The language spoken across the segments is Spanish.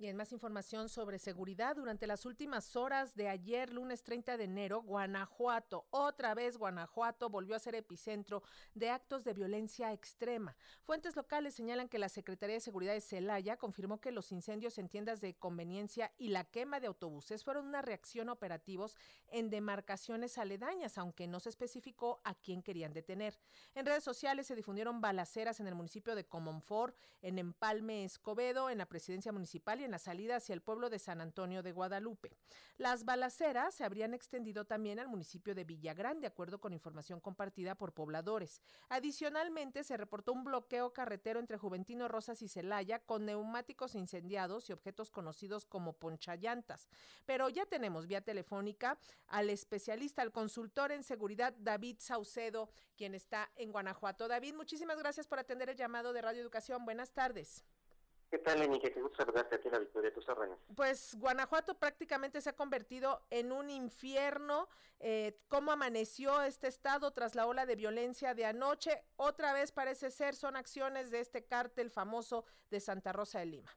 Y en más información sobre seguridad, durante las últimas horas de ayer, lunes 30 de enero, Guanajuato, otra vez Guanajuato, volvió a ser epicentro de actos de violencia extrema. Fuentes locales señalan que la Secretaría de Seguridad de Celaya confirmó que los incendios en tiendas de conveniencia y la quema de autobuses fueron una reacción a operativos en demarcaciones aledañas, aunque no se especificó a quién querían detener. En redes sociales se difundieron balaceras en el municipio de Comonfort, en Empalme Escobedo, en la presidencia municipal y en la salida hacia el pueblo de San Antonio de Guadalupe. Las balaceras se habrían extendido también al municipio de Villagrán, de acuerdo con información compartida por pobladores. Adicionalmente, se reportó un bloqueo carretero entre Juventino Rosas y Celaya con neumáticos incendiados y objetos conocidos como ponchallantas. Pero ya tenemos vía telefónica al especialista, al consultor en seguridad, David Saucedo, quien está en Guanajuato. David, muchísimas gracias por atender el llamado de Radio Educación. Buenas tardes. ¿Qué tal, Lenny? Qué gusto saludarte aquí en la Victoria de tus órdenes. Pues Guanajuato prácticamente se ha convertido en un infierno. ¿Cómo amaneció este estado tras la ola de violencia de anoche? Otra vez parece ser, son acciones de este cártel famoso de Santa Rosa de Lima.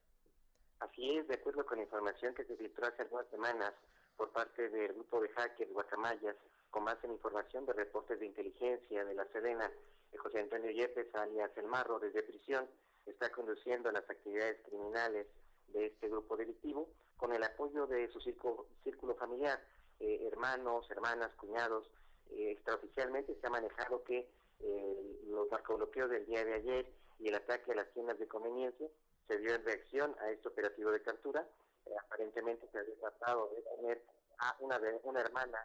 Así es, de acuerdo con la información que se filtró hace algunas semanas por parte del grupo de hackers Guacamayas, con base en información de reportes de inteligencia de la Sedena, José Antonio Yepes, alias El Marro, desde prisión, está conduciendo las actividades criminales de este grupo delictivo con el apoyo de su círculo familiar, hermanos, hermanas, cuñados. Extraoficialmente se ha manejado que los narcobloqueos del día de ayer y el ataque a las tiendas de conveniencia se dio en reacción a este operativo de captura. Aparentemente se había tratado de tener a una hermana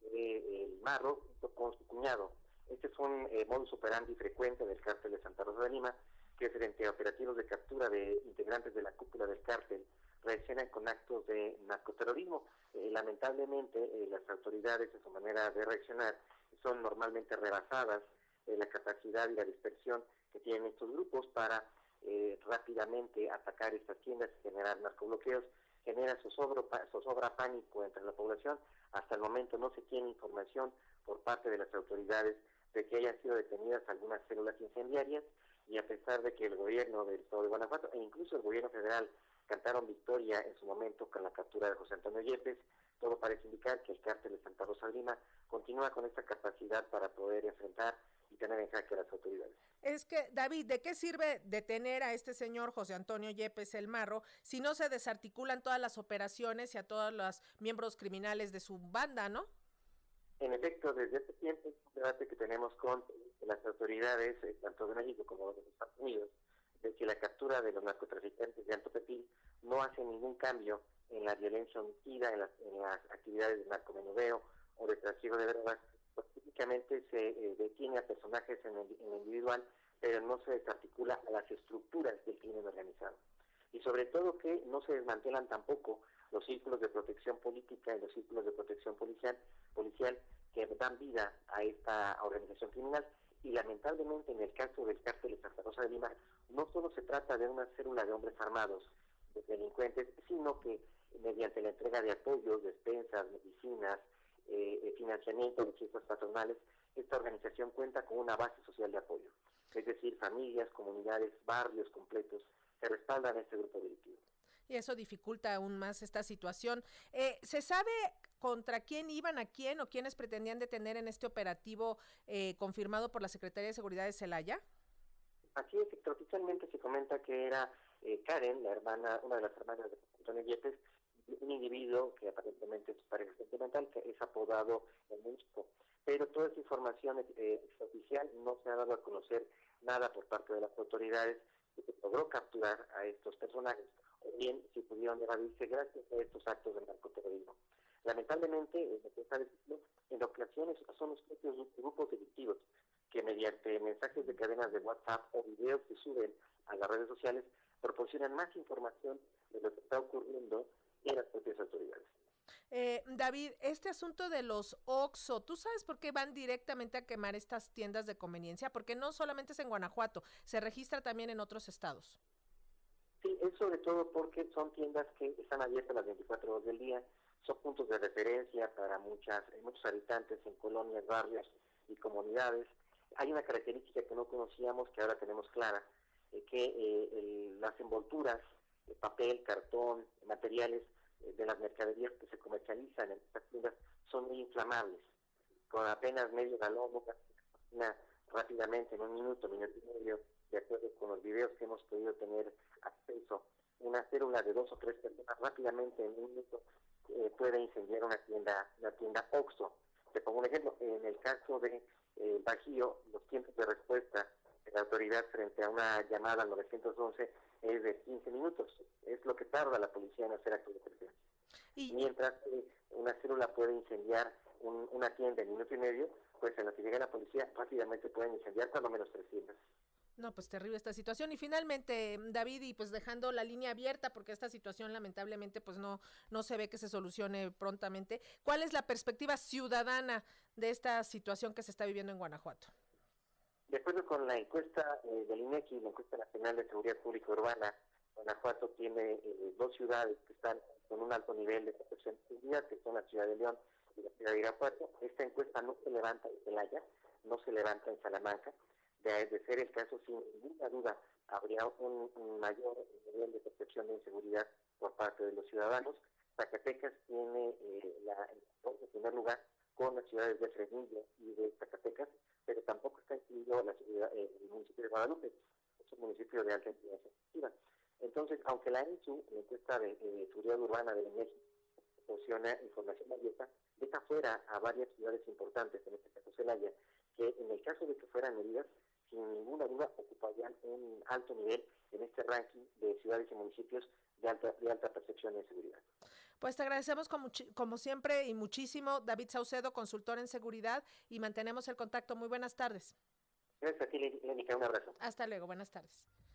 de El Marro junto con su cuñado. Este es un modus operandi frecuente del cártel de Santa Rosa de Lima, que frente a operativos de captura de integrantes de la cúpula del cártel reaccionan con actos de narcoterrorismo. Lamentablemente, las autoridades en su manera de reaccionar son normalmente rebasadas la capacidad y la dispersión que tienen estos grupos para rápidamente atacar estas tiendas y generar narcobloqueos, genera zozobra, pánico entre la población. Hasta el momento no se tiene información por parte de las autoridades de que hayan sido detenidas algunas células incendiarias, y a pesar de que el gobierno del estado de Guanajuato e incluso el gobierno federal cantaron victoria en su momento con la captura de José Antonio Yepes, todo parece indicar que el cártel de Santa Rosa de Lima continúa con esta capacidad para poder enfrentar y tener en jaque a las autoridades. Es que, David, ¿de qué sirve detener a este señor José Antonio Yepes El Marro si no se desarticulan todas las operaciones y a todos los miembros criminales de su banda, no? En efecto, desde este tiempo es un debate que tenemos con las autoridades, tanto de México como de los Estados Unidos, de que la captura de los narcotraficantes de alto perfil no hace ningún cambio en la violencia omitida, en las actividades de narcomenudeo o de trasiego de drogas. Pues, típicamente se detiene a personajes en el individual, pero no se desarticula a las estructuras del crimen organizado. Y sobre todo que no se desmantelan tampoco los círculos de protección política y los círculos de protección policial que dan vida a esta organización criminal. Y lamentablemente en el caso del cártel de Santa Rosa de Lima no solo se trata de una célula de hombres armados, de delincuentes, sino que mediante la entrega de apoyos, despensas, medicinas, financiamiento de fiestas patronales, esta organización cuenta con una base social de apoyo. Es decir, familias, comunidades, barrios completos se respaldan a este grupo delictivo. Y eso dificulta aún más esta situación. ¿Se sabe contra quién iban, a quién o quiénes pretendían detener en este operativo confirmado por la Secretaría de Seguridad de Celaya? Aquí extraoficialmente se comenta que era Karen, la hermana, una de las hermanas de Antonio Yepes, un individuo que aparentemente es pareja sentimental, que es apodado el Músico. Pero toda esa información extraoficial no se ha dado a conocer nada por parte de las autoridades, que se logró capturar a estos personajes, o bien si pudieron evadirse gracias a estos actos de narcoterrorismo. Lamentablemente, en ocasiones son los propios grupos delictivos que mediante mensajes de cadenas de WhatsApp o videos que suben a las redes sociales proporcionan más información de lo que está ocurriendo en las propias autoridades. David, este asunto de los OXXO, ¿tú sabes por qué van directamente a quemar estas tiendas de conveniencia? Porque no solamente es en Guanajuato, se registra también en otros estados. Sí, es sobre todo porque son tiendas que están abiertas las 24 horas del día, son puntos de referencia para muchos habitantes en colonias, barrios y comunidades. Hay una característica que no conocíamos, que ahora tenemos clara, que las envolturas papel, cartón, materiales de las mercaderías que se comercializan en estas tiendas son muy inflamables. Con apenas medio galón, una rápidamente en un minuto, minuto y medio, de acuerdo con los videos que hemos podido tener acceso, una célula de 2 o 3 personas rápidamente en un minuto puede incendiar una tienda Oxxo. Te pongo un ejemplo, en el caso de Bajío, los tiempos de respuesta de la autoridad frente a una llamada al 911 es de 15 minutos. Es lo que tarda la policía en hacer actos de presión. Mientras una célula puede incendiar una tienda en minuto y medio, pues en lo que llega la policía rápidamente pueden incendiar cuando menos 300. No, pues terrible esta situación. Y finalmente, David, y pues dejando la línea abierta, porque esta situación lamentablemente pues no se ve que se solucione prontamente, ¿cuál es la perspectiva ciudadana de esta situación que se está viviendo en Guanajuato? De acuerdo con la encuesta del INEGI, la encuesta nacional de seguridad pública urbana, Guanajuato tiene 2 ciudades que están con un alto nivel de protección de seguridad, que son la ciudad de León y la ciudad de Irapuato. Esta encuesta no se levanta en Celaya, no se levanta en Salamanca. De ser el caso, sin ninguna duda, habría un mayor nivel de percepción de inseguridad por parte de los ciudadanos. Zacatecas tiene el primer lugar con las ciudades de Fresnillo y de Zacatecas, pero tampoco está incluido el municipio de Guadalupe, es un municipio de alta incidencia positiva. Entonces, aunque la ENSU, la encuesta de seguridad urbana de México, proporciona información abierta, deja fuera a varias ciudades importantes, en este caso Celaya, que en el caso de que fueran medidas, sin ninguna duda ocuparían un alto nivel en este ranking de ciudades y municipios de alta percepción de seguridad. Pues te agradecemos como siempre y muchísimo, David Saucedo, consultor en seguridad, y mantenemos el contacto. Muy buenas tardes. Gracias a ti, Lénica, un abrazo. Hasta luego, buenas tardes.